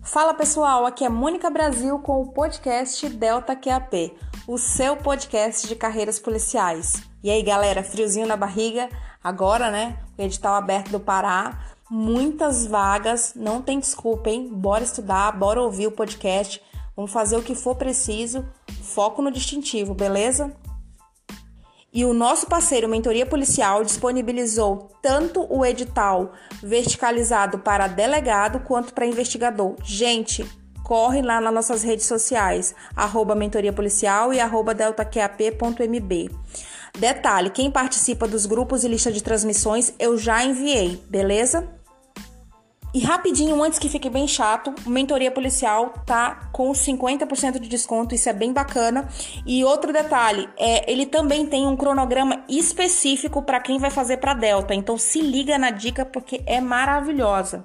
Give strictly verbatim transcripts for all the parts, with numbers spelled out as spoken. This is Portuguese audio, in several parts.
Fala pessoal, aqui é Mônica Brasil com o podcast Delta Q A P, o seu podcast de carreiras policiais. E aí galera, friozinho na barriga? Agora, né, o edital aberto do Pará, muitas vagas, não tem desculpa, hein? Bora estudar, bora ouvir o podcast, vamos fazer o que for preciso, foco no distintivo, beleza? E o nosso parceiro Mentoria Policial disponibilizou tanto o edital verticalizado para delegado quanto para investigador. Gente, corre lá nas nossas redes sociais, arroba Mentoria Policial e arroba delta q a p ponto m b. Detalhe, quem participa dos grupos e lista de transmissões eu já enviei, beleza? E rapidinho, antes que fique bem chato, o Mentoria Policial tá com cinquenta por cento de desconto, isso é bem bacana. E outro detalhe, é, ele também tem um cronograma específico para quem vai fazer para Delta, então se liga na dica porque é maravilhosa.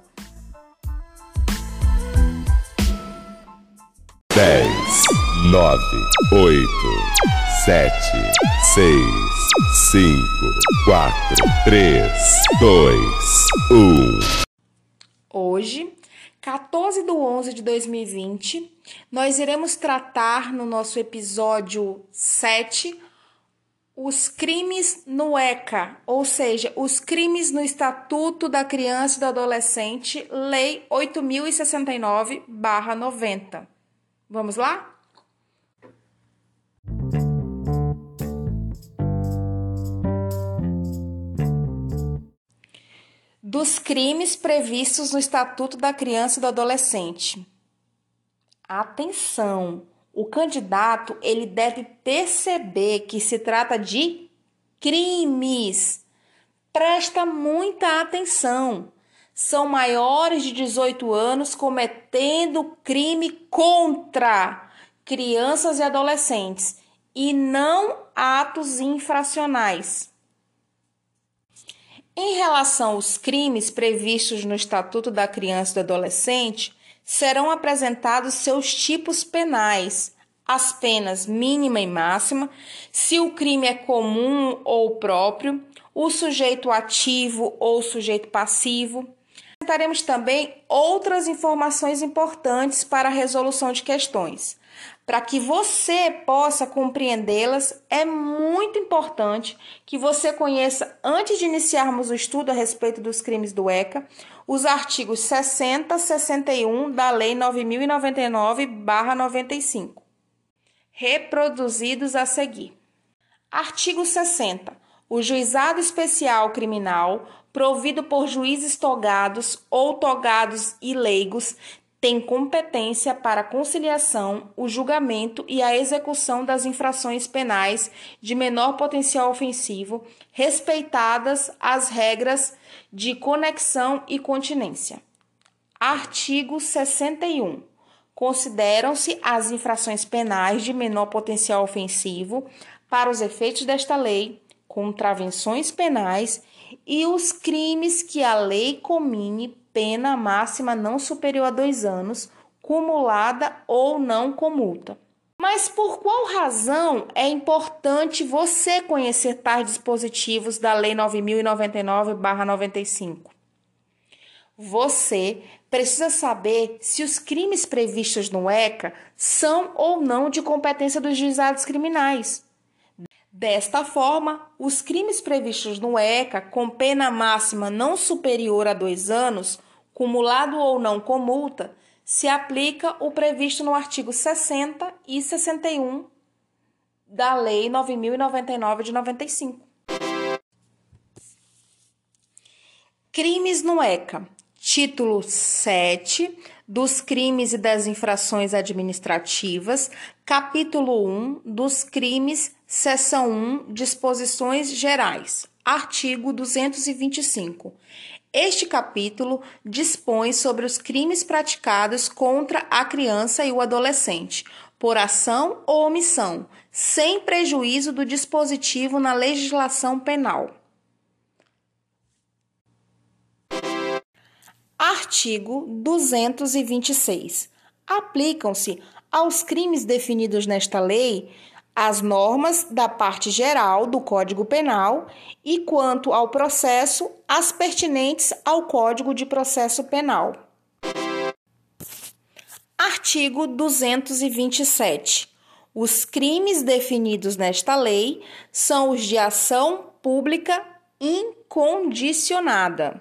dez, nove, oito, sete, seis, cinco, quatro, três, dois, um. Hoje, quatorze de onze de dois mil e vinte, nós iremos tratar no nosso episódio sete os crimes no ECA, ou seja, os crimes no Estatuto da Criança e do Adolescente, Lei oito mil e sessenta e nove barra noventa. Vamos lá? Dos crimes previstos no Estatuto da Criança e do Adolescente. Atenção! O candidato ele deve perceber que se trata de crimes. Presta muita atenção. São maiores de dezoito anos cometendo crime contra crianças e adolescentes e não atos infracionais. Em relação aos crimes previstos no Estatuto da Criança e do Adolescente, serão apresentados seus tipos penais, as penas mínima e máxima, se o crime é comum ou próprio, o sujeito ativo ou sujeito passivo. Apresentaremos também outras informações importantes para a resolução de questões. Para que você possa compreendê-las, é muito importante que você conheça, antes de iniciarmos o estudo a respeito dos crimes do ECA, os artigos sessenta, sessenta e um da Lei nove mil e noventa e nove barra noventa e cinco, reproduzidos a seguir. Artigo sessenta. O Juizado Especial Criminal, provido por juízes togados ou togados e leigos, tem competência para a conciliação, o julgamento e a execução das infrações penais de menor potencial ofensivo, respeitadas as regras de conexão e continência. Artigo sessenta e um. Consideram-se as infrações penais de menor potencial ofensivo, para os efeitos desta lei, contravenções penais e os crimes que a lei comine pena máxima não superior a dois anos, cumulada ou não com multa. Mas por qual razão é importante você conhecer tais dispositivos da Lei nove mil e noventa e nove barra noventa e cinco? Você precisa saber se os crimes previstos no ECA são ou não de competência dos juizados criminais. Desta forma, os crimes previstos no ECA com pena máxima não superior a dois anos, cumulado ou não com multa, se aplica o previsto no artigo sessenta e sessenta e um da Lei nove mil e noventa e nove de noventa e cinco. Crimes no ECA. Título sete dos crimes e das infrações administrativas, capítulo um dos crimes, seção um, disposições gerais, artigo duzentos e vinte e cinco. Este capítulo dispõe sobre os crimes praticados contra a criança e o adolescente, por ação ou omissão, sem prejuízo do dispositivo na legislação penal. Artigo duzentos e vinte e seis. Aplicam-se aos crimes definidos nesta lei as normas da parte geral do Código Penal e, quanto ao processo, as pertinentes ao Código de Processo Penal. Artigo duzentos e vinte e sete. Os crimes definidos nesta lei são os de ação pública incondicionada.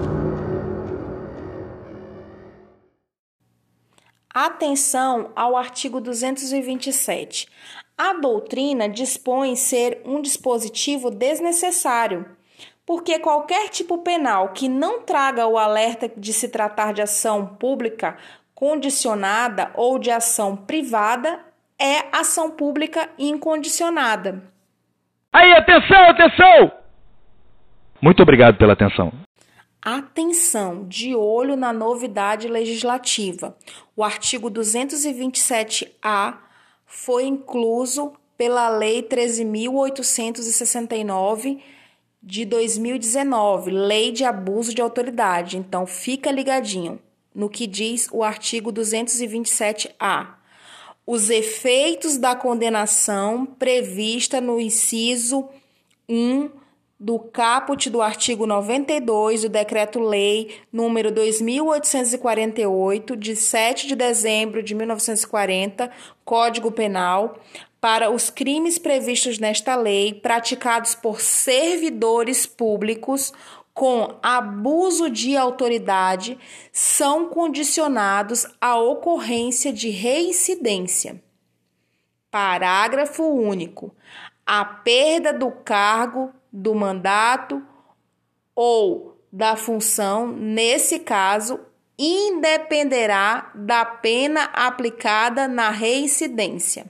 Atenção ao artigo duzentos e vinte e sete. A doutrina dispõe ser um dispositivo desnecessário, porque qualquer tipo penal que não traga o alerta de se tratar de ação pública condicionada ou de ação privada é ação pública incondicionada. Aí, atenção, atenção! Muito obrigado pela atenção. Atenção, de olho na novidade legislativa. O artigo duzentos e vinte e sete A foi incluso pela Lei treze mil oitocentos e sessenta e nove de dois mil e dezenove, Lei de Abuso de Autoridade. Então, fica ligadinho no que diz o artigo duzentos e vinte e sete A. Os efeitos da condenação prevista no inciso um do caput do artigo noventa e dois do Decreto-Lei número dois mil oitocentos e quarenta e oito, de sete de dezembro de mil novecentos e quarenta, Código Penal, para os crimes previstos nesta lei praticados por servidores públicos com abuso de autoridade são condicionados à ocorrência de reincidência. Parágrafo único. A perda do cargo, do mandato ou da função, nesse caso, independerá da pena aplicada na reincidência.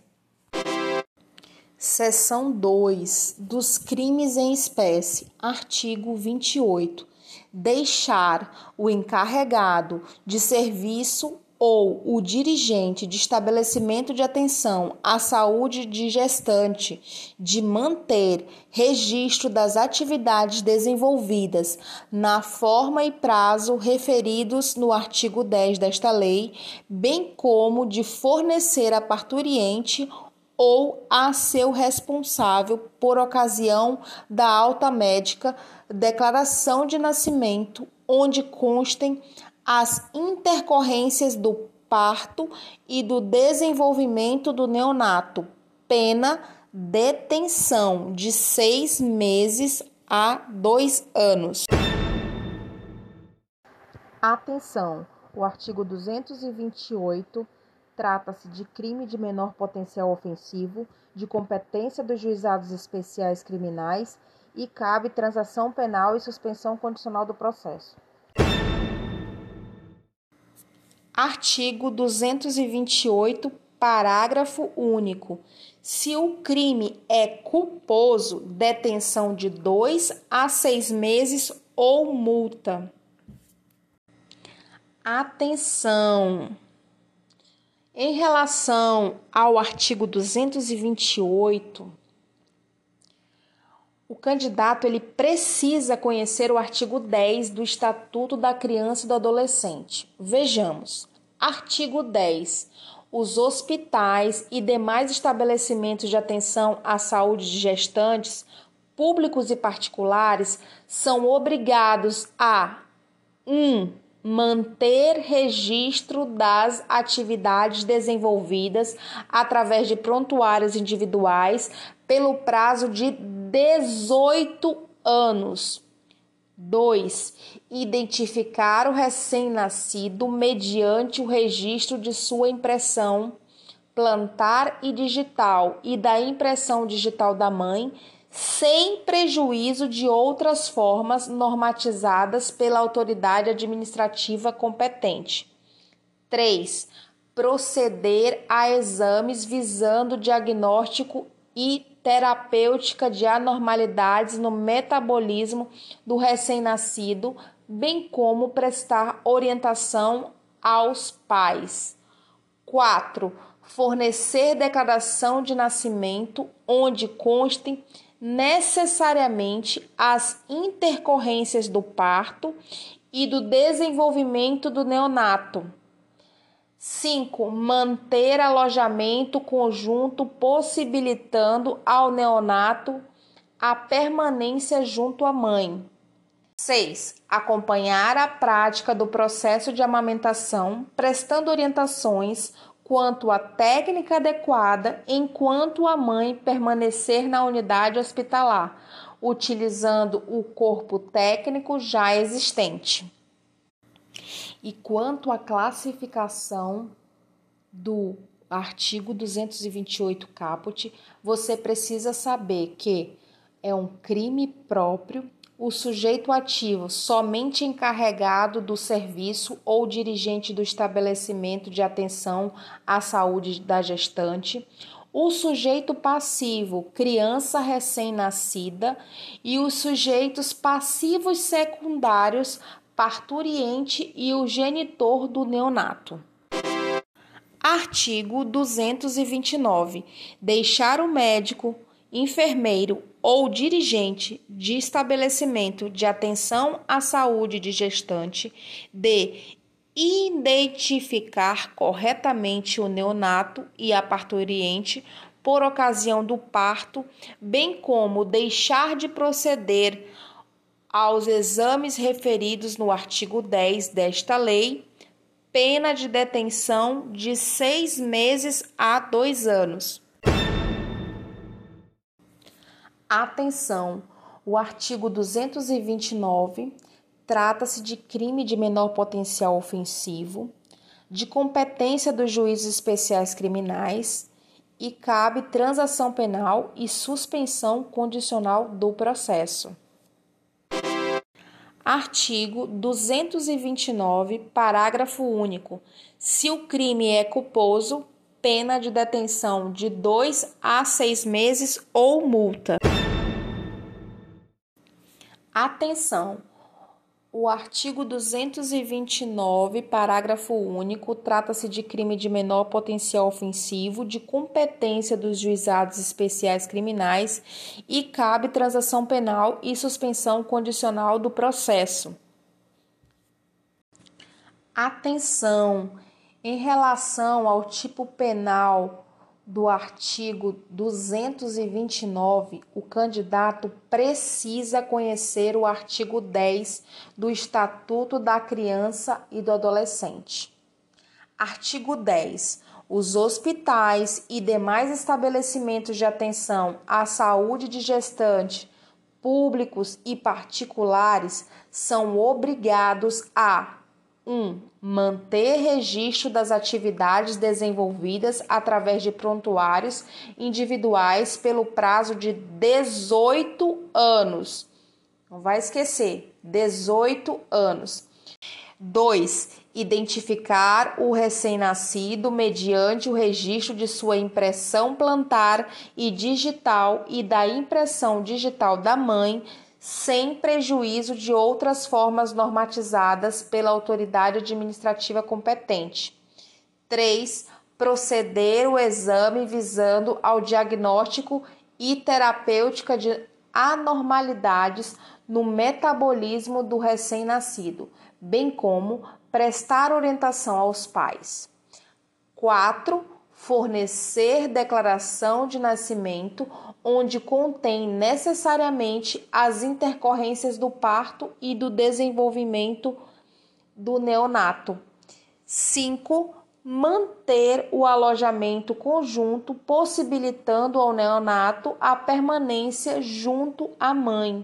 Seção dois. Dos crimes em espécie. Artigo vinte e oito. Deixar o encarregado de serviço ou o dirigente de estabelecimento de atenção à saúde de gestante de manter registro das atividades desenvolvidas na forma e prazo referidos no artigo dez desta lei, bem como de fornecer a parturiente ou a seu responsável, por ocasião da alta médica, declaração de nascimento, onde constem as intercorrências do parto e do desenvolvimento do neonato, pena detenção de seis meses a dois anos. Atenção! O artigo duzentos e vinte e oito trata-se de crime de menor potencial ofensivo, de competência dos juizados especiais criminais e cabe transação penal e suspensão condicional do processo. Artigo duzentos e vinte e oito, parágrafo único. Se o crime é culposo, detenção de dois a seis meses ou multa. Atenção! Em relação ao artigo duzentos e vinte e oito, o candidato ele precisa conhecer o artigo dez do Estatuto da Criança e do Adolescente. Vejamos. Artigo dez. Os hospitais e demais estabelecimentos de atenção à saúde de gestantes, públicos e particulares, são obrigados a um manter registro das atividades desenvolvidas através de prontuários individuais pelo prazo de dezoito anos. dois. Identificar o recém-nascido mediante o registro de sua impressão plantar e digital e da impressão digital da mãe, sem prejuízo de outras formas normatizadas pela autoridade administrativa competente. três. Proceder a exames visando diagnóstico e terapêutica de anormalidades no metabolismo do recém-nascido, bem como prestar orientação aos pais. quatro. Fornecer declaração de nascimento onde constem necessariamente as intercorrências do parto e do desenvolvimento do neonato. cinco. Manter alojamento conjunto possibilitando ao neonato a permanência junto à mãe. seis. Acompanhar a prática do processo de amamentação, prestando orientações quanto à técnica adequada enquanto a mãe permanecer na unidade hospitalar, utilizando o corpo técnico já existente. E quanto à classificação do artigo duzentos e vinte e oito caput, você precisa saber que é um crime próprio o sujeito ativo somente encarregado do serviço ou dirigente do estabelecimento de atenção à saúde da gestante, o sujeito passivo, criança recém-nascida, e os sujeitos passivos secundários, parturiente e o genitor do neonato. Artigo duzentos e vinte e nove. Deixar o médico, enfermeiro ou dirigente de estabelecimento de atenção à saúde de gestante de identificar corretamente o neonato e a parturiente por ocasião do parto, bem como deixar de proceder aos exames referidos no artigo dez desta lei, pena de detenção de seis meses a dois anos. Atenção! O artigo duzentos e vinte e nove trata-se de crime de menor potencial ofensivo, de competência dos juízes especiais criminais e cabe transação penal e suspensão condicional do processo. Artigo duzentos e vinte e nove, parágrafo único. Se o crime é culposo, pena de detenção de dois a seis meses ou multa. Atenção! O artigo duzentos e vinte e nove, parágrafo único, trata-se de crime de menor potencial ofensivo, de competência dos juizados especiais criminais e cabe transação penal e suspensão condicional do processo. Atenção! Em relação ao tipo penal do artigo duzentos e vinte e nove, o candidato precisa conhecer o artigo dez do Estatuto da Criança e do Adolescente. Artigo dez. Os hospitais e demais estabelecimentos de atenção à saúde de gestante, públicos e particulares, são obrigados a um. Manter registro das atividades desenvolvidas através de prontuários individuais pelo prazo de dezoito anos. Não vai esquecer, dezoito anos. dois. Identificar o recém-nascido mediante o registro de sua impressão plantar e digital e da impressão digital da mãe, sem prejuízo de outras formas normatizadas pela autoridade administrativa competente. três. Proceder o exame visando ao diagnóstico e terapêutica de anormalidades no metabolismo do recém-nascido, bem como prestar orientação aos pais. quatro. Fornecer declaração de nascimento, onde contém necessariamente as intercorrências do parto e do desenvolvimento do neonato. cinco. Manter o alojamento conjunto, possibilitando ao neonato a permanência junto à mãe.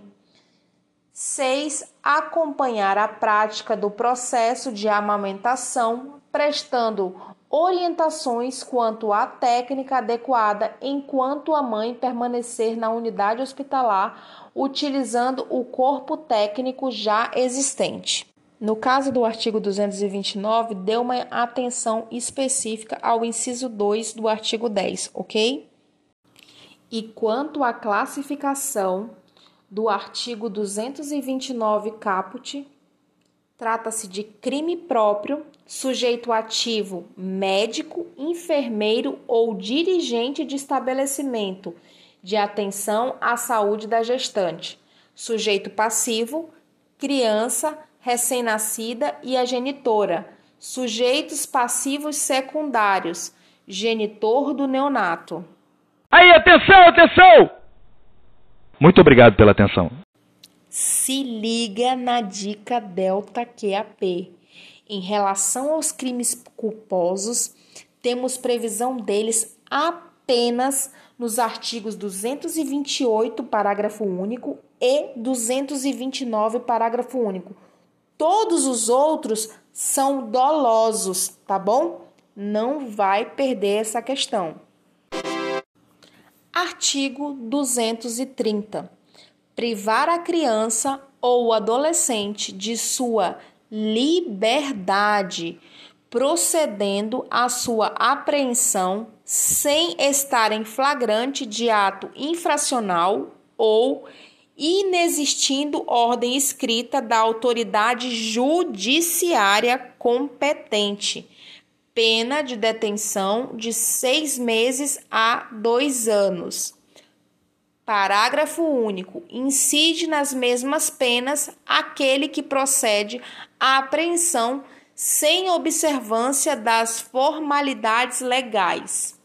seis. Acompanhar a prática do processo de amamentação, prestando orientações quanto à técnica adequada enquanto a mãe permanecer na unidade hospitalar, utilizando o corpo técnico já existente. No caso do artigo duzentos e vinte e nove, dê uma atenção específica ao inciso dois do artigo dez, ok? E quanto à classificação do artigo duzentos e vinte e nove caput, trata-se de crime próprio, sujeito ativo, médico, enfermeiro ou dirigente de estabelecimento de atenção à saúde da gestante, sujeito passivo, criança recém-nascida e a genitora, sujeitos passivos secundários, genitor do neonato. Aí, atenção, atenção! Muito obrigado pela atenção. Se liga na dica Delta Q A P. Em relação aos crimes culposos, temos previsão deles apenas nos artigos duzentos e vinte e oito, parágrafo único, e duzentos e vinte e nove, parágrafo único. Todos os outros são dolosos, tá bom? Não vai perder essa questão. Artigo duzentos e trinta. Privar a criança ou adolescente de sua liberdade, procedendo à sua apreensão sem estar em flagrante de ato infracional ou inexistindo ordem escrita da autoridade judiciária competente. Pena de detenção de seis meses a dois anos. Parágrafo único. Incide nas mesmas penas aquele que procede à apreensão sem observância das formalidades legais.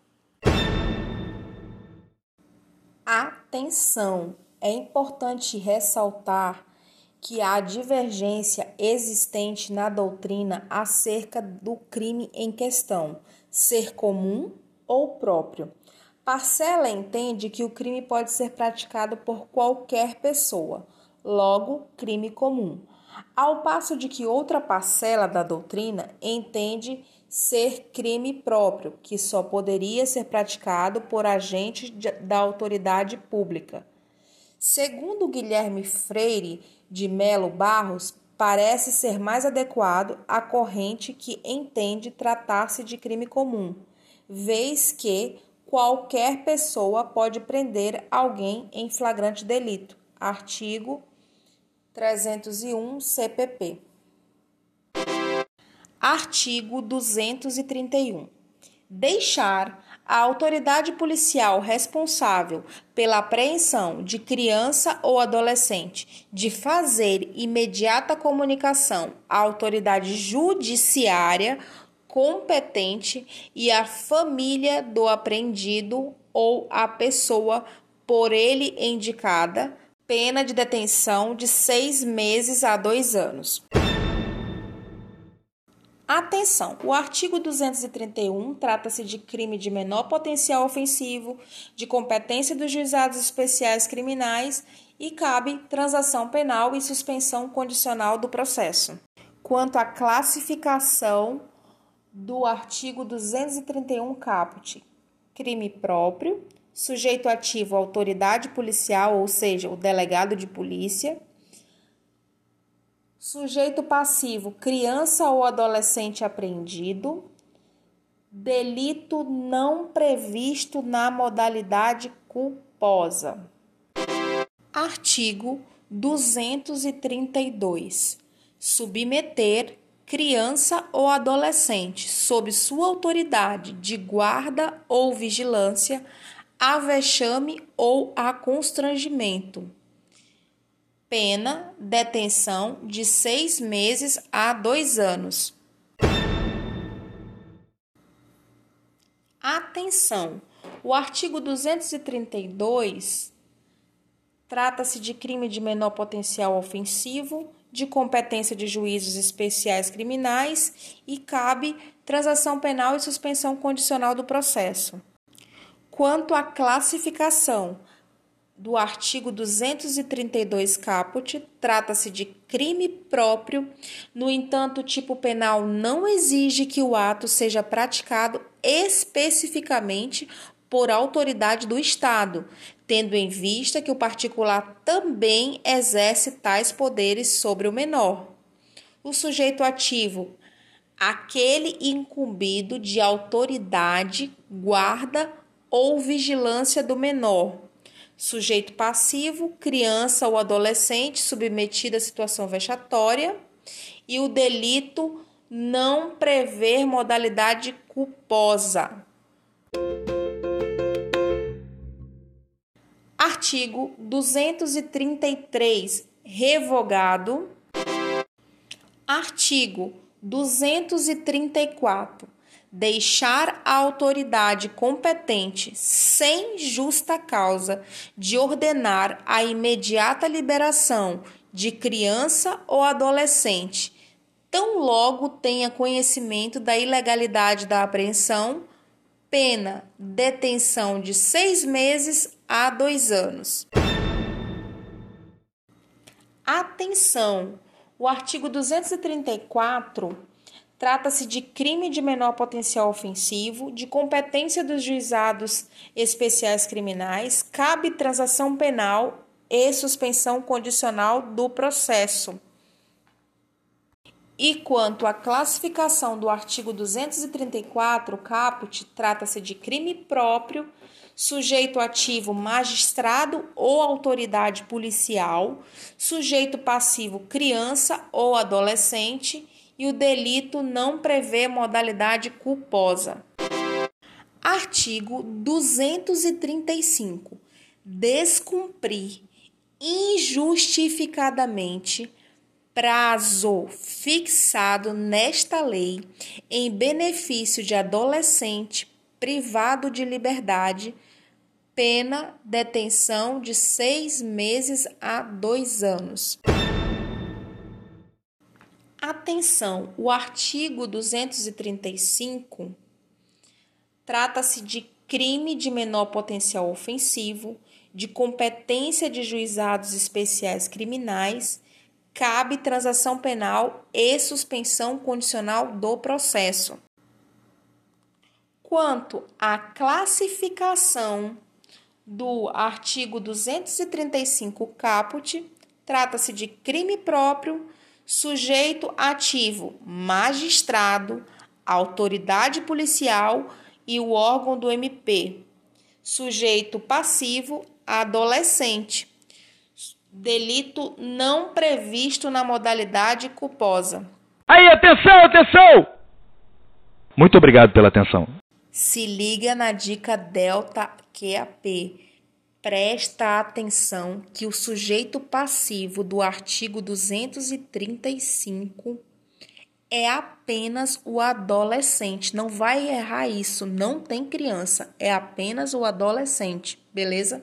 Atenção! É importante ressaltar que há divergência existente na doutrina acerca do crime em questão, ser comum ou próprio. Parcela entende que o crime pode ser praticado por qualquer pessoa, logo, crime comum. Ao passo de que outra parcela da doutrina entende ser crime próprio, que só poderia ser praticado por agentes da autoridade pública. Segundo Guilherme Freire de Melo Barros, parece ser mais adequado a corrente que entende tratar-se de crime comum, vez que qualquer pessoa pode prender alguém em flagrante delito. Artigo trezentos e um C P P. Artigo duzentos e trinta e um. Deixar a autoridade policial responsável pela apreensão de criança ou adolescente de fazer imediata comunicação à autoridade judiciária competente e à família do apreendido ou à pessoa por ele indicada, pena de detenção de seis meses a dois anos. Atenção! O artigo duzentos e trinta e um trata-se de crime de menor potencial ofensivo, de competência dos juizados especiais criminais e cabe transação penal e suspensão condicional do processo. Quanto à classificação do artigo duzentos e trinta e um caput, crime próprio, sujeito ativo à autoridade policial, ou seja, o delegado de polícia. Sujeito passivo, criança ou adolescente apreendido. Delito não previsto na modalidade culposa. Artigo duzentos e trinta e dois. Submeter criança ou adolescente, sob sua autoridade de guarda ou vigilância, a vexame ou a constrangimento. Pena, detenção de seis meses a dois anos. Atenção! O artigo duzentos e trinta e dois trata-se de crime de menor potencial ofensivo, de competência de juízos especiais criminais e cabe transação penal e suspensão condicional do processo. Quanto à classificação do artigo duzentos e trinta e dois caput, trata-se de crime próprio, no entanto, o tipo penal não exige que o ato seja praticado especificamente por autoridade do Estado, tendo em vista que o particular também exerce tais poderes sobre o menor. O sujeito ativo, aquele incumbido de autoridade, guarda ou vigilância do menor. Sujeito passivo, criança ou adolescente submetido à situação vexatória. E o delito não prever modalidade culposa. Artigo duzentos e trinta e três, revogado. Artigo duzentos e trinta e quatro. deixar a autoridade competente sem justa causa de ordenar a imediata liberação de criança ou adolescente, tão logo tenha conhecimento da ilegalidade da apreensão, pena detenção de seis meses a dois anos. Atenção! O artigo duzentos e trinta e quatro trata-se de crime de menor potencial ofensivo, de competência dos juizados especiais criminais, cabe transação penal e suspensão condicional do processo. E quanto à classificação do artigo duzentos e trinta e quatro, caput, trata-se de crime próprio, sujeito ativo magistrado ou autoridade policial, sujeito passivo criança ou adolescente, e o delito não prevê modalidade culposa. Artigo duzentos e trinta e cinco. Descumprir injustificadamente prazo fixado nesta lei em benefício de adolescente privado de liberdade, pena detenção de seis meses a dois anos. Atenção, o artigo duzentos e trinta e cinco trata-se de crime de menor potencial ofensivo, de competência de juizados especiais criminais, cabe transação penal e suspensão condicional do processo. Quanto à classificação do artigo duzentos e trinta e cinco caput, trata-se de crime próprio, sujeito ativo, magistrado, autoridade policial e o órgão do M P. Sujeito passivo, adolescente. Delito não previsto na modalidade culposa. Aí, atenção, atenção! Muito obrigado pela atenção. Se liga na dica Delta Q A P. Presta atenção que o sujeito passivo do artigo duzentos e trinta e cinco é apenas o adolescente. Não vai errar isso, não tem criança, é apenas o adolescente, beleza?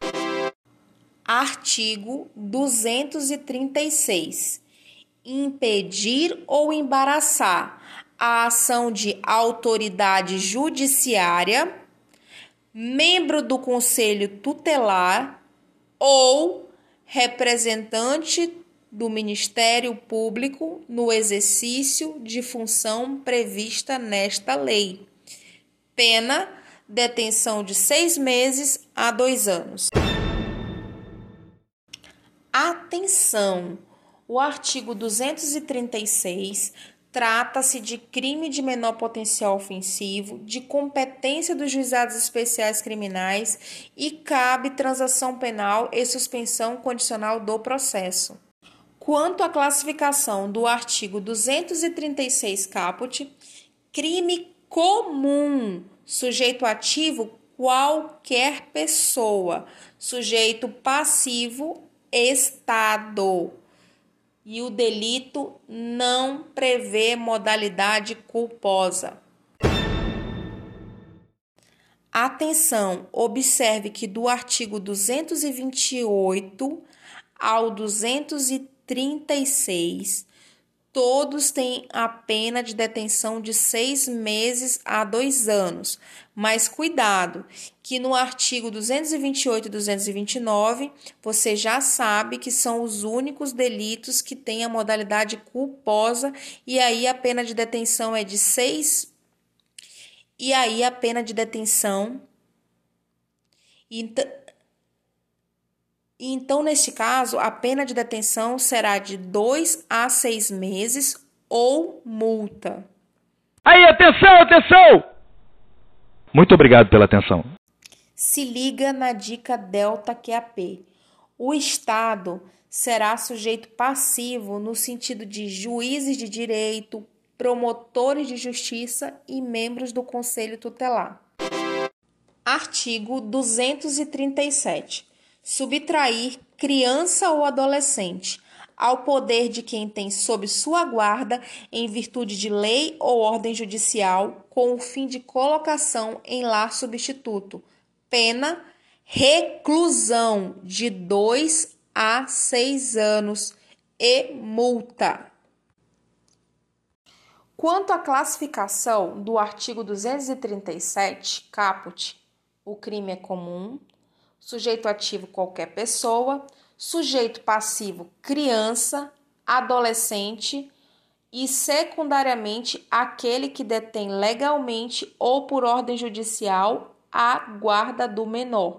Artigo duzentos e trinta e seis. Impedir ou embaraçar a ação de autoridade judiciária, membro do Conselho Tutelar ou representante do Ministério Público no exercício de função prevista nesta lei. Pena, detenção de seis meses a dois anos. Atenção! O artigo duzentos e trinta e seis trata-se de crime de menor potencial ofensivo, de competência dos juizados especiais criminais e cabe transação penal e suspensão condicional do processo. Quanto à classificação do artigo duzentos e trinta e seis caput, crime comum, sujeito ativo qualquer pessoa, sujeito passivo Estado. E o delito não prevê modalidade culposa. Atenção, observe que do artigo duzentos e vinte e oito ao duzentos e trinta e seis, todos têm a pena de detenção de seis meses a dois anos. Mas cuidado, que no artigo duzentos e vinte e oito e duzentos e vinte e nove, você já sabe que são os únicos delitos que têm a modalidade culposa, e aí a pena de detenção é de seis, e aí a pena de detenção... Então, então, neste caso, a pena de detenção será de dois a seis meses ou multa. Aí, atenção, atenção! Muito obrigado pela atenção. Se liga na dica Delta Q A P. O Estado será sujeito passivo no sentido de juízes de direito, promotores de justiça e membros do Conselho Tutelar. Artigo duzentos e trinta e sete. Subtrair criança ou adolescente ao poder de quem tem sob sua guarda, em virtude de lei ou ordem judicial, com o fim de colocação em lar substituto. Pena, reclusão de dois a seis anos e multa. Quanto à classificação do artigo duzentos e trinta e sete, caput, o crime é comum, sujeito ativo qualquer pessoa, sujeito passivo criança, adolescente e secundariamente aquele que detém legalmente ou por ordem judicial a guarda do menor.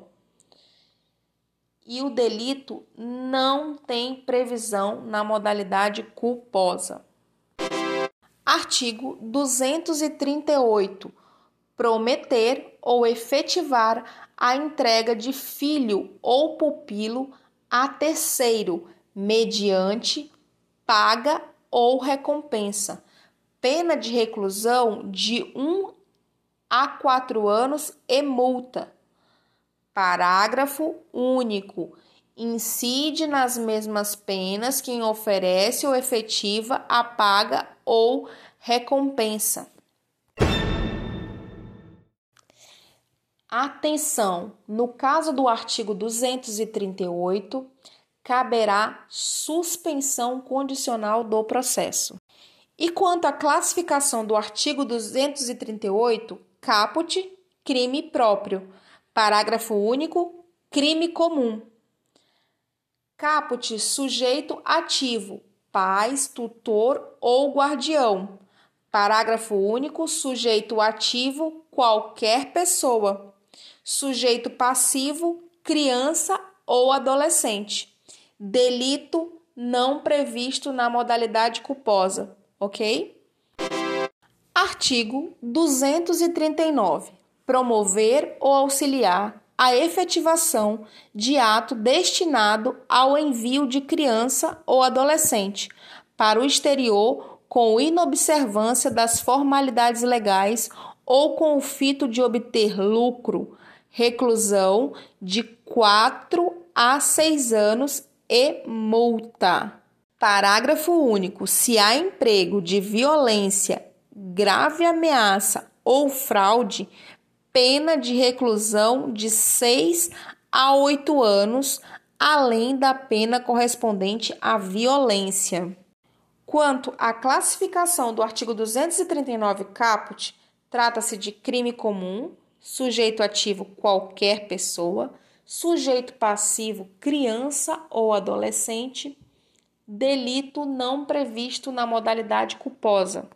E o delito não tem previsão na modalidade culposa. Artigo duzentos e trinta e oito. Prometer ou efetivar a entrega de filho ou pupilo a terceiro, mediante paga ou recompensa. Pena de reclusão de um a quatro anos e multa. Parágrafo único. Incide nas mesmas penas quem oferece ou efetiva a paga ou recompensa. Atenção! No caso do artigo duzentos e trinta e oito, caberá suspensão condicional do processo. E quanto à classificação do artigo duzentos e trinta e oito, caput, crime próprio. Parágrafo único, crime comum. Caput, sujeito ativo, pais, tutor ou guardião. Parágrafo único, sujeito ativo, qualquer pessoa. Sujeito passivo, criança ou adolescente. Delito não previsto na modalidade culposa, ok? Artigo duzentos e trinta e nove. Promover ou auxiliar a efetivação de ato destinado ao envio de criança ou adolescente para o exterior com inobservância das formalidades legais ou com o fito de obter lucro, reclusão de quatro a seis anos e multa. Parágrafo único. Se há emprego de violência, grave ameaça ou fraude, pena de reclusão de seis a oito anos, além da pena correspondente à violência. Quanto à classificação do artigo duzentos e trinta e nove caput, trata-se de crime comum, sujeito ativo qualquer pessoa, sujeito passivo criança ou adolescente, delito não previsto na modalidade culposa.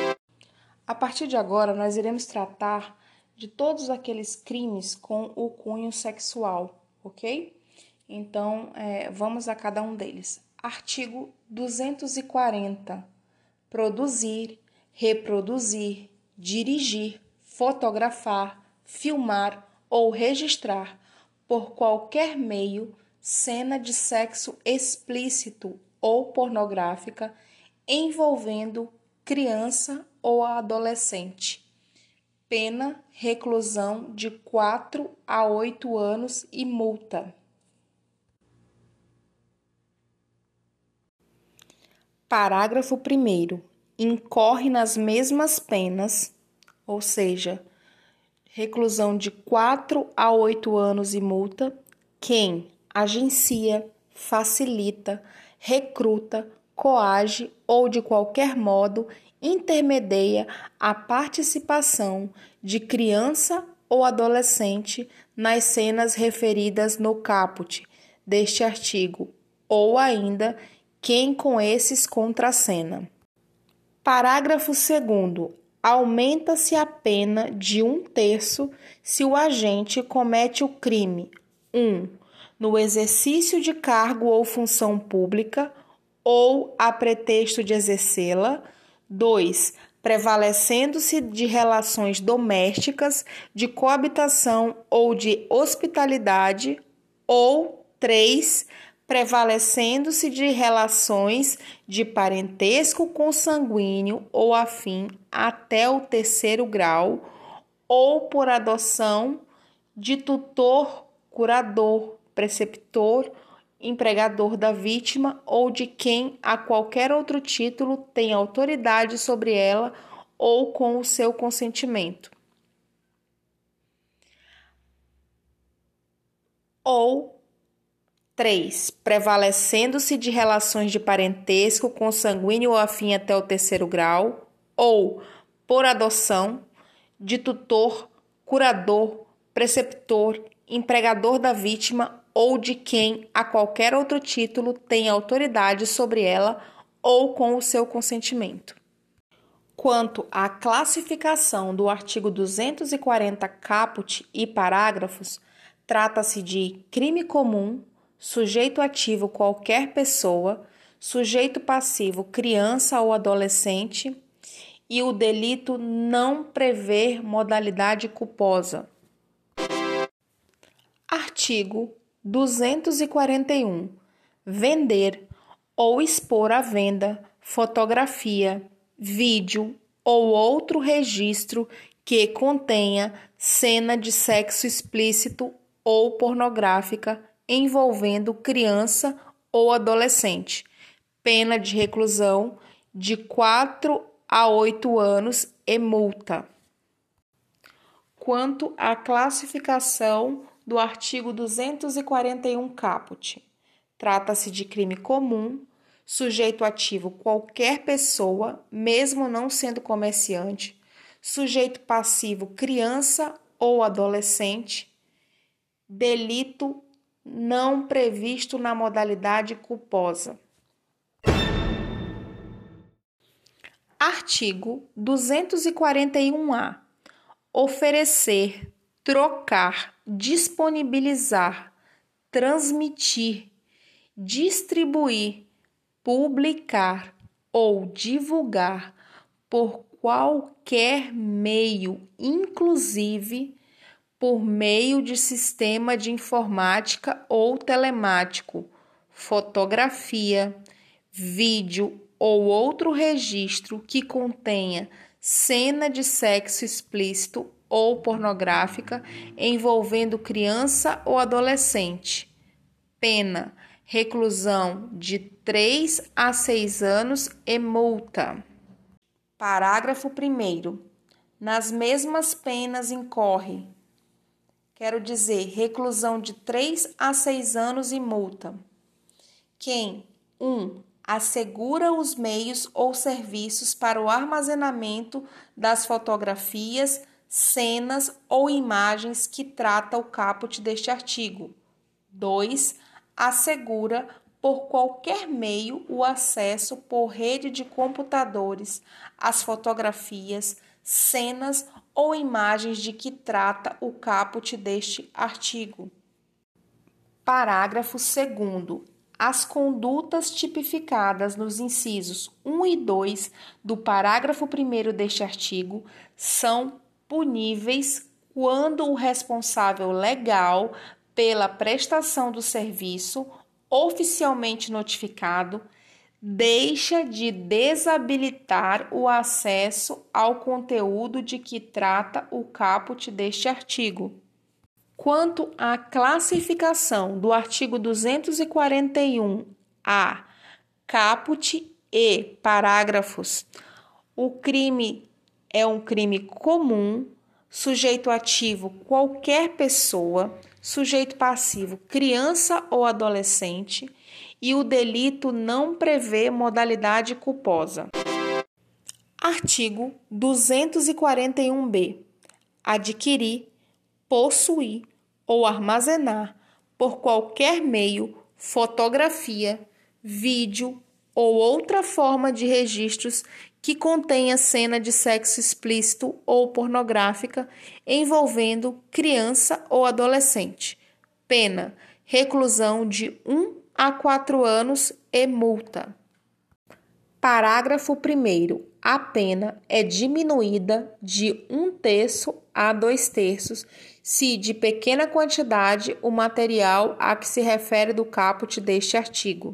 A partir de agora, nós iremos tratar de todos aqueles crimes com o cunho sexual, ok? Então, é, vamos a cada um deles. Artigo duzentos e quarenta. Produzir, reproduzir, dirigir, fotografar, filmar ou registrar, por qualquer meio, cena de sexo explícito ou pornográfica envolvendo criança ou adolescente. Pena, reclusão de quatro a oito anos e multa. Parágrafo primeiro. Incorre nas mesmas penas, ou seja, reclusão de quatro a oito anos e multa, quem agencia, facilita, recruta, coage ou de qualquer modo intermedia a participação de criança ou adolescente nas cenas referidas no caput deste artigo, ou ainda quem com esses contracena. Parágrafo segundo. Aumenta-se a pena de um terço se o agente comete o crime um. No exercício de cargo ou função pública ou a pretexto de exercê-la. dois. Prevalecendo-se de relações domésticas, de coabitação ou de hospitalidade. Ou três. Prevalecendo-se de relações de parentesco consanguíneo ou afim até o terceiro grau, ou por adoção de tutor, curador, preceptor empregador da vítima ou de quem, a qualquer outro título, tem autoridade sobre ela ou com o seu consentimento. Ou três. Prevalecendo-se de relações de parentesco, consanguíneo ou afim até o terceiro grau, ou por adoção, de tutor, curador, preceptor, empregador da vítima ou de quem, a qualquer outro título, tem autoridade sobre ela ou com o seu consentimento. Quanto à classificação do artigo duzentos e quarenta caput e parágrafos, trata-se de crime comum, sujeito ativo qualquer pessoa, sujeito passivo criança ou adolescente e o delito não prever modalidade culposa. Artigo duzentos e quarenta e um. Vender ou expor à venda fotografia, vídeo ou outro registro que contenha cena de sexo explícito ou pornográfica envolvendo criança ou adolescente, pena de reclusão de quatro a oito anos e multa. Quanto à classificação do artigo duzentos e quarenta e um caput, trata-se de crime comum, sujeito ativo qualquer pessoa, mesmo não sendo comerciante, sujeito passivo criança ou adolescente, delito não previsto na modalidade culposa. Artigo duzentos e quarenta e um A. Oferecer, trocar, disponibilizar, transmitir, distribuir, publicar ou divulgar por qualquer meio, inclusive por meio de sistema de informática ou telemático, fotografia, vídeo ou outro registro que contenha cena de sexo explícito ou pornográfica envolvendo criança ou adolescente. Pena, reclusão de três a seis anos e multa. Parágrafo primeiro. Nas mesmas penas incorre, quero dizer, reclusão de três a seis anos e multa, quem um assegura os meios ou serviços para o armazenamento das fotografias, cenas ou imagens que trata o caput deste artigo. dois assegura por qualquer meio o acesso por rede de computadores às fotografias, cenas ou imagens de que trata o caput deste artigo. Parágrafo segundo. As condutas tipificadas nos incisos um e dois do parágrafo primeiro deste artigo são puníveis quando o responsável legal pela prestação do serviço, oficialmente notificado, deixa de desabilitar o acesso ao conteúdo de que trata o caput deste artigo. Quanto à classificação do artigo duzentos e quarenta e um A, caput e parágrafos, o crime é um crime comum, sujeito ativo qualquer pessoa, sujeito passivo criança ou adolescente, e o delito não prevê modalidade culposa. Artigo duzentos e quarenta e um B. Adquirir, possuir ou armazenar por qualquer meio fotografia, vídeo ou outra forma de registros que contenha cena de sexo explícito ou pornográfica envolvendo criança ou adolescente. Pena, reclusão de um a quatro anos e multa. Parágrafo primeiro. A pena é diminuída de um terço a dois terços se de pequena quantidade o material a que se refere do caput deste artigo.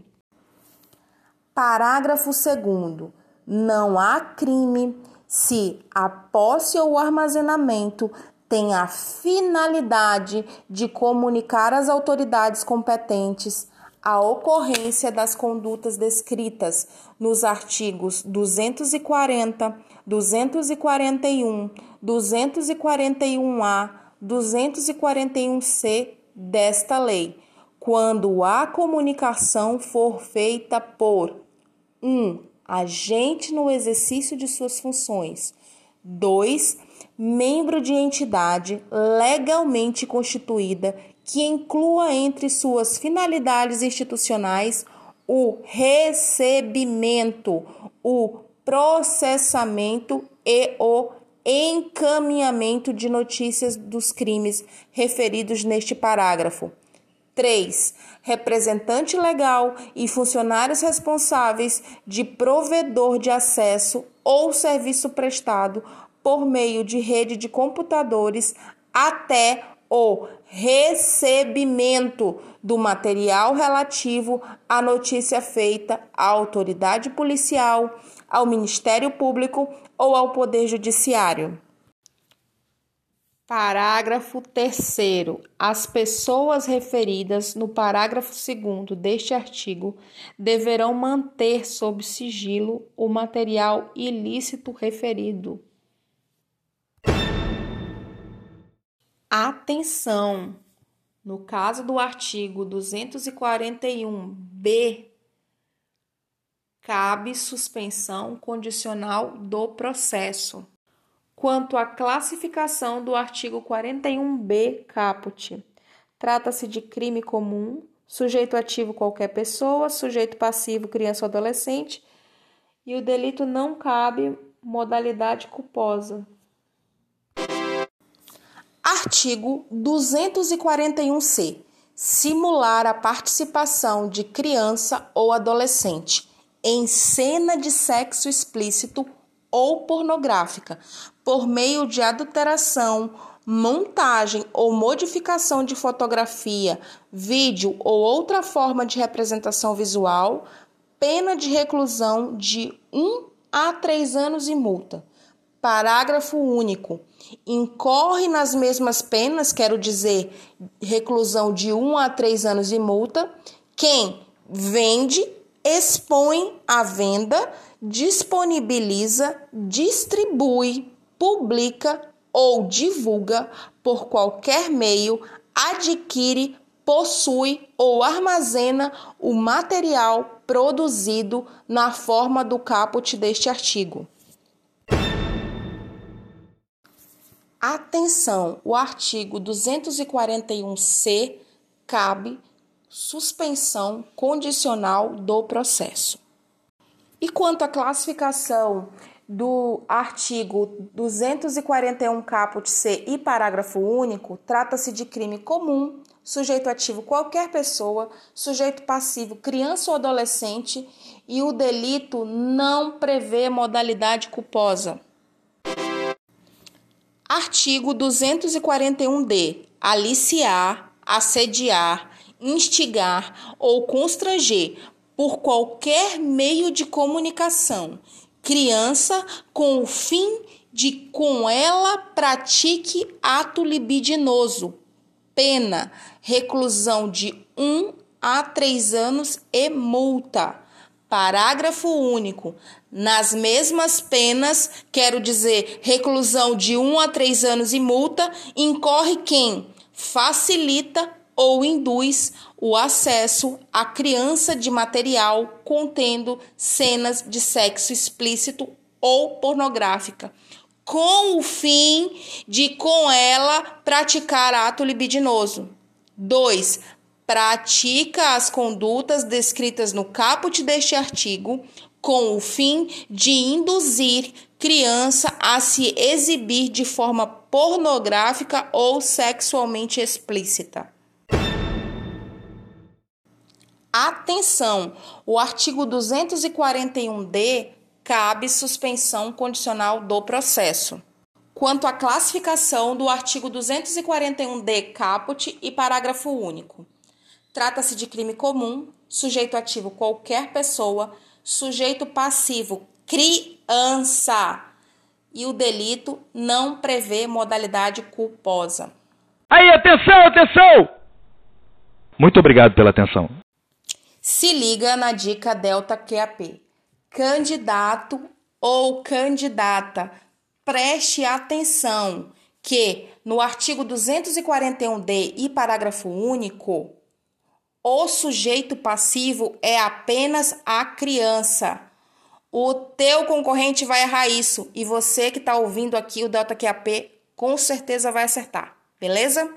Parágrafo segundo. Não há crime se a posse ou o armazenamento tem a finalidade de comunicar às autoridades competentes a ocorrência das condutas descritas nos artigos duzentos e quarenta, duzentos e quarenta e um, duzentos e quarenta e um A, duzentos e quarenta e um C desta lei, quando a comunicação for feita por um agente no exercício de suas funções, dois membro de entidade legalmente constituída que inclua entre suas finalidades institucionais o recebimento, o processamento e o encaminhamento de notícias dos crimes referidos neste parágrafo. três. Representante legal e funcionários responsáveis de provedor de acesso ou serviço prestado por meio de rede de computadores até o recebimento do material relativo à notícia feita à autoridade policial, ao Ministério Público ou ao Poder Judiciário. Parágrafo terceiro. As pessoas referidas no parágrafo segundo deste artigo deverão manter sob sigilo o material ilícito referido. Atenção! No caso do artigo duzentos e quarenta e um B, cabe suspensão condicional do processo. Quanto à classificação do artigo quarenta e um B, caput, trata-se de crime comum, sujeito ativo qualquer pessoa, sujeito passivo criança ou adolescente, e o delito não cabe modalidade culposa. Artigo duzentos e quarenta e um C. Simular a participação de criança ou adolescente em cena de sexo explícito ou pornográfica, por meio de adulteração, montagem ou modificação de fotografia, vídeo ou outra forma de representação visual, pena de reclusão de um a três anos e multa. Parágrafo único. Incorre nas mesmas penas, quero dizer, reclusão de um a três anos e multa, quem vende, expõe à venda, disponibiliza, distribui, publica ou divulga por qualquer meio, adquire, possui ou armazena o material produzido na forma do caput deste artigo. Atenção, o artigo duzentos e quarenta e um C cabe suspensão condicional do processo. E quanto à classificação do artigo duzentos e quarenta e um caput C e parágrafo único, trata-se de crime comum, sujeito ativo qualquer pessoa, sujeito passivo criança ou adolescente, e o delito não prevê modalidade culposa. Artigo duzentos e quarenta e um D. Aliciar, assediar, instigar ou constranger por qualquer meio de comunicação criança com o fim de com ela pratique ato libidinoso. Pena, reclusão de um a três anos e multa. Parágrafo único. Nas mesmas penas, quero dizer, reclusão de um a três anos e multa, incorre quem facilita ou induz o acesso à criança de material contendo cenas de sexo explícito ou pornográfica, com o fim de com ela praticar ato libidinoso. dois. Pratica as condutas descritas no caput deste artigo com o fim de induzir criança a se exibir de forma pornográfica ou sexualmente explícita. Atenção! O artigo duzentos e quarenta e um D cabe suspensão condicional do processo. Quanto à classificação do artigo duzentos e quarenta e um D caput e parágrafo único, trata-se de crime comum, sujeito ativo qualquer pessoa, sujeito passivo criança, e o delito não prevê modalidade culposa. Aí, atenção, atenção! Muito obrigado pela atenção. Se liga na dica Delta Q A P. Candidato ou candidata, preste atenção que no artigo duzentos e quarenta e um D e parágrafo único, o sujeito passivo é apenas a criança. O teu concorrente vai errar isso e você que está ouvindo aqui o Delta Q A P com certeza vai acertar, beleza?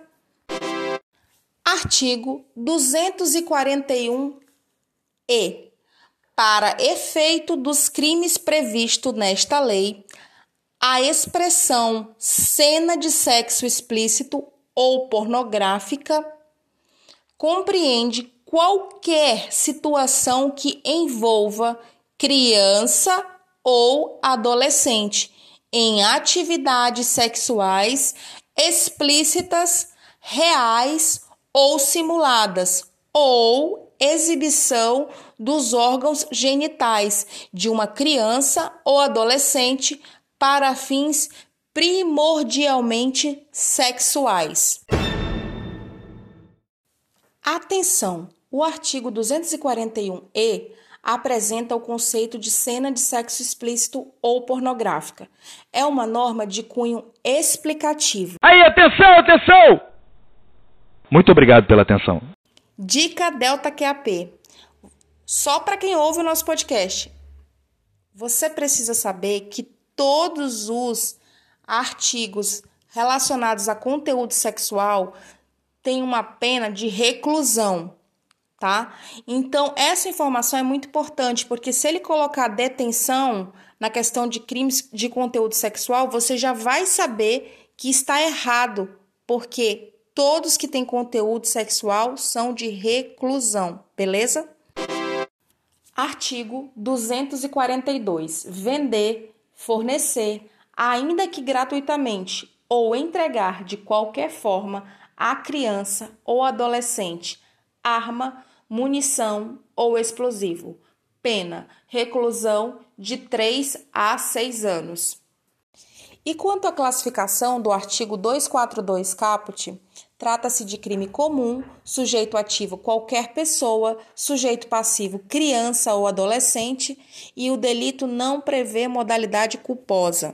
Artigo duzentos e quarenta e um E. Para efeito dos crimes previstos nesta lei, a expressão cena de sexo explícito ou pornográfica compreende qualquer situação que envolva criança ou adolescente em atividades sexuais explícitas, reais ou simuladas, ou exibição dos órgãos genitais de uma criança ou adolescente para fins primordialmente sexuais. Atenção! O artigo duzentos e quarenta e um E apresenta o conceito de cena de sexo explícito ou pornográfica. É uma norma de cunho explicativo. Aí, atenção, atenção! Muito obrigado pela atenção. Dica Delta Q A P. Só para quem ouve o nosso podcast. Você precisa saber que todos os artigos relacionados a conteúdo sexual têm uma pena de reclusão, tá? Então, essa informação é muito importante, porque se ele colocar detenção na questão de crimes de conteúdo sexual, você já vai saber que está errado, porque todos que têm conteúdo sexual são de reclusão, beleza? Artigo duzentos e quarenta e dois. Vender, fornecer, ainda que gratuitamente, ou entregar de qualquer forma à criança ou adolescente arma, munição ou explosivo. Pena, reclusão de três a seis anos. E quanto à classificação do artigo duzentos e quarenta e dois caput, trata-se de crime comum, sujeito ativo qualquer pessoa, sujeito passivo criança ou adolescente, e o delito não prevê modalidade culposa.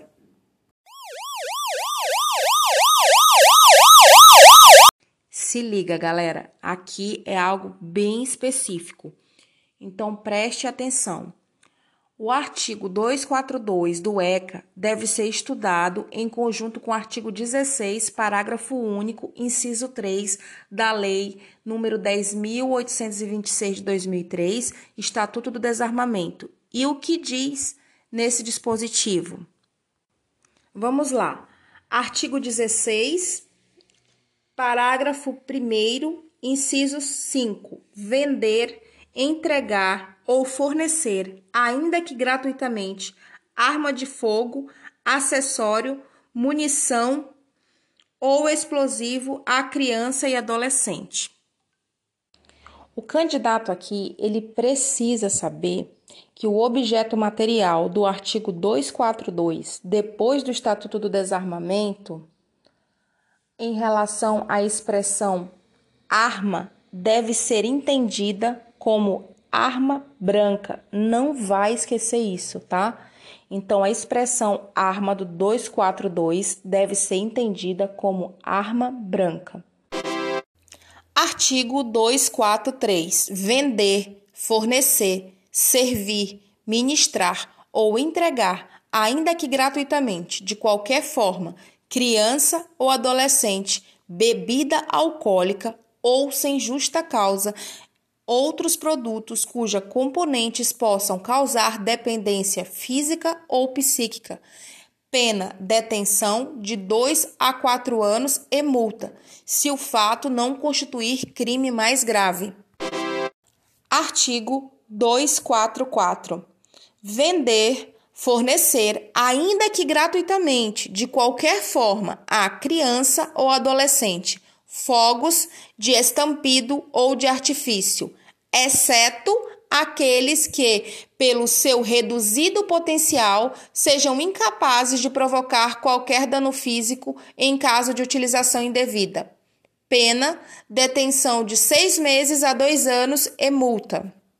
Se liga, galera, aqui é algo bem específico, então preste atenção. O artigo duzentos e quarenta e dois do E C A deve ser estudado em conjunto com o artigo dezesseis, parágrafo único, inciso três da Lei número dez mil oitocentos e vinte e seis de dois mil e três, Estatuto do Desarmamento. E o que diz nesse dispositivo? Vamos lá. Artigo dezesseis, parágrafo primeiro, inciso cinco. Vender, entregar ou fornecer, ainda que gratuitamente, arma de fogo, acessório, munição ou explosivo à criança e adolescente. O candidato aqui, ele precisa saber que o objeto material do artigo duzentos e quarenta e dois, depois do Estatuto do Desarmamento, em relação à expressão arma, deve ser entendida como arma branca. Não vai esquecer isso, tá? Então, a expressão arma do duzentos e quarenta e dois deve ser entendida como arma branca. Artigo duzentos e quarenta e três. Vender, fornecer, servir, ministrar ou entregar, ainda que gratuitamente, de qualquer forma, criança ou adolescente, bebida alcoólica ou sem justa causa, outros produtos cuja componentes possam causar dependência física ou psíquica. Pena, detenção de dois a quatro anos e multa, se o fato não constituir crime mais grave. Artigo duzentos e quarenta e quatro. Vender, fornecer, ainda que gratuitamente, de qualquer forma, à criança ou adolescente, fogos de estampido ou de artifício, exceto aqueles que, pelo seu reduzido potencial, sejam incapazes de provocar qualquer dano físico em caso de utilização indevida. Pena, detenção de seis meses a dois anos e multa.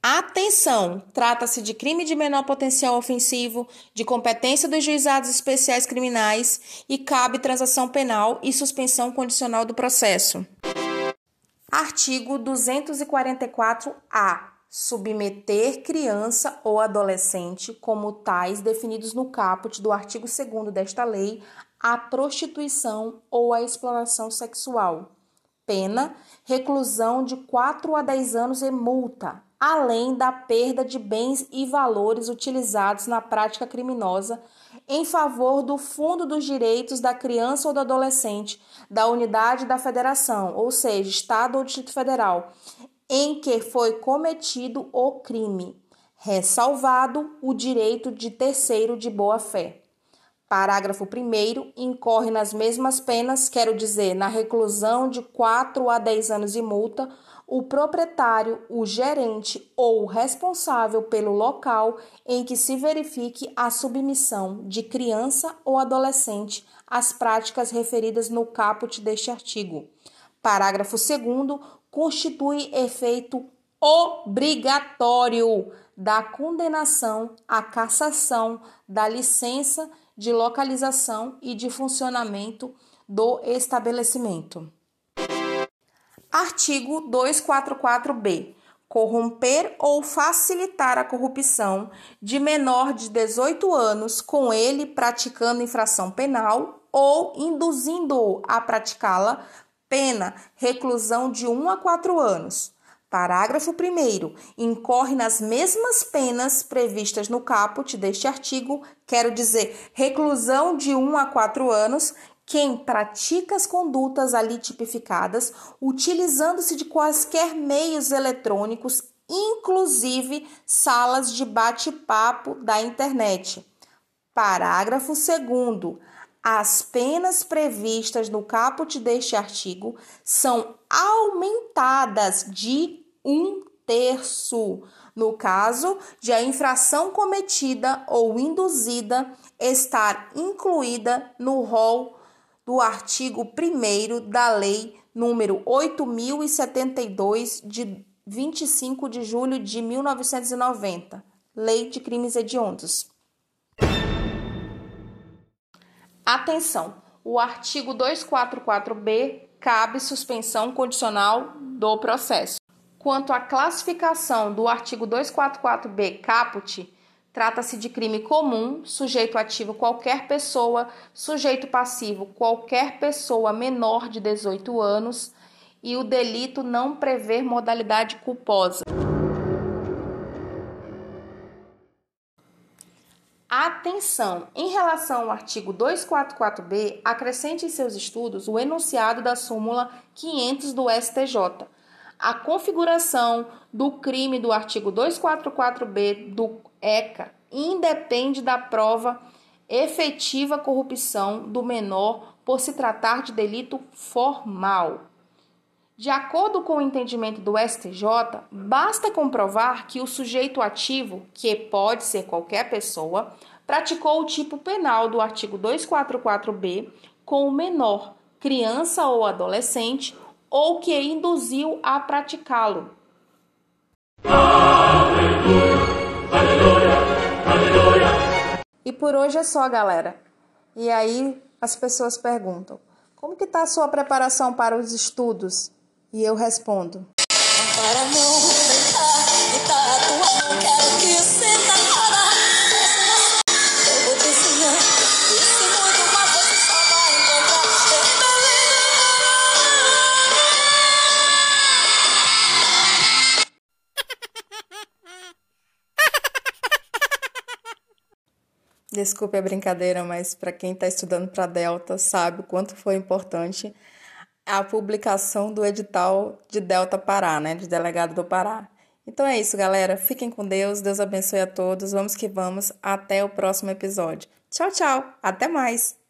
Atenção! Trata-se de crime de menor potencial ofensivo, de competência dos juizados especiais criminais e cabe transação penal e suspensão condicional do processo. Artigo duzentos e quarenta e quatro A. Submeter criança ou adolescente, como tais definidos no caput do artigo segundo desta lei, à prostituição ou à exploração sexual. Pena, reclusão de quatro a dez anos e multa, além da perda de bens e valores utilizados na prática criminosa em favor do Fundo dos Direitos da Criança ou do Adolescente, da unidade da Federação, ou seja, Estado ou Distrito Federal, em que foi cometido o crime, ressalvado o direito de terceiro de boa-fé. Parágrafo primeiro, incorre nas mesmas penas, quero dizer, na reclusão de quatro a dez anos e multa, o proprietário, o gerente ou o responsável pelo local em que se verifique a submissão de criança ou adolescente às práticas referidas no caput deste artigo. Parágrafo segundo, constitui efeito obrigatório da condenação à cassação da licença de localização e de funcionamento do estabelecimento. Artigo duzentos e quarenta e quatro B. Corromper ou facilitar a corrupção de menor de dezoito anos, com ele praticando infração penal ou induzindo-o a praticá-la, pena, reclusão de um a quatro anos. Parágrafo primeiro. Incorre nas mesmas penas previstas no caput deste artigo, quero dizer, reclusão de um a quatro anos, quem pratica as condutas ali tipificadas, utilizando-se de quaisquer meios eletrônicos, inclusive salas de bate-papo da internet. Parágrafo segundo. As penas previstas no caput deste artigo são aumentadas de um terço, no caso de a infração cometida ou induzida estar incluída no rol do artigo primeiro da Lei número oito mil e setenta e dois, de vinte e cinco de julho de mil novecentos e noventa, Lei de Crimes Hediondos. Atenção! O artigo duzentos e quarenta e quatro B cabe suspensão condicional do processo. Quanto à classificação do artigo duzentos e quarenta e quatro B caput, trata-se de crime comum, sujeito ativo qualquer pessoa, sujeito passivo qualquer pessoa menor de dezoito anos e o delito não prevê modalidade culposa. Atenção! Em relação ao artigo duzentos e quarenta e quatro B, acrescente em seus estudos o enunciado da súmula quinhentos do S T J. A configuração do crime do artigo duzentos e quarenta e quatro B do E C A independe da prova efetiva corrupção do menor por se tratar de delito formal. De acordo com o entendimento do S T J, basta comprovar que o sujeito ativo, que pode ser qualquer pessoa, praticou o tipo penal do artigo duzentos e quarenta e quatro B com o menor, criança ou adolescente, ou que induziu a praticá-lo. Aleluia, aleluia, aleluia. E por hoje é só, galera. E aí as pessoas perguntam, como que está a sua preparação para os estudos? E eu respondo. Para não tentar, tentar a tua mão, quero que você tá fora. Eu vou te ensinar, isso muito mais você só vai encontrar. Desculpe a brincadeira, mas para quem está estudando para Delta sabe o quanto foi importante a publicação do edital de Delta Pará, né, de delegado do Pará. Então é isso, galera. Fiquem com Deus. Deus abençoe a todos. Vamos que vamos. Até o próximo episódio. Tchau, tchau. Até mais.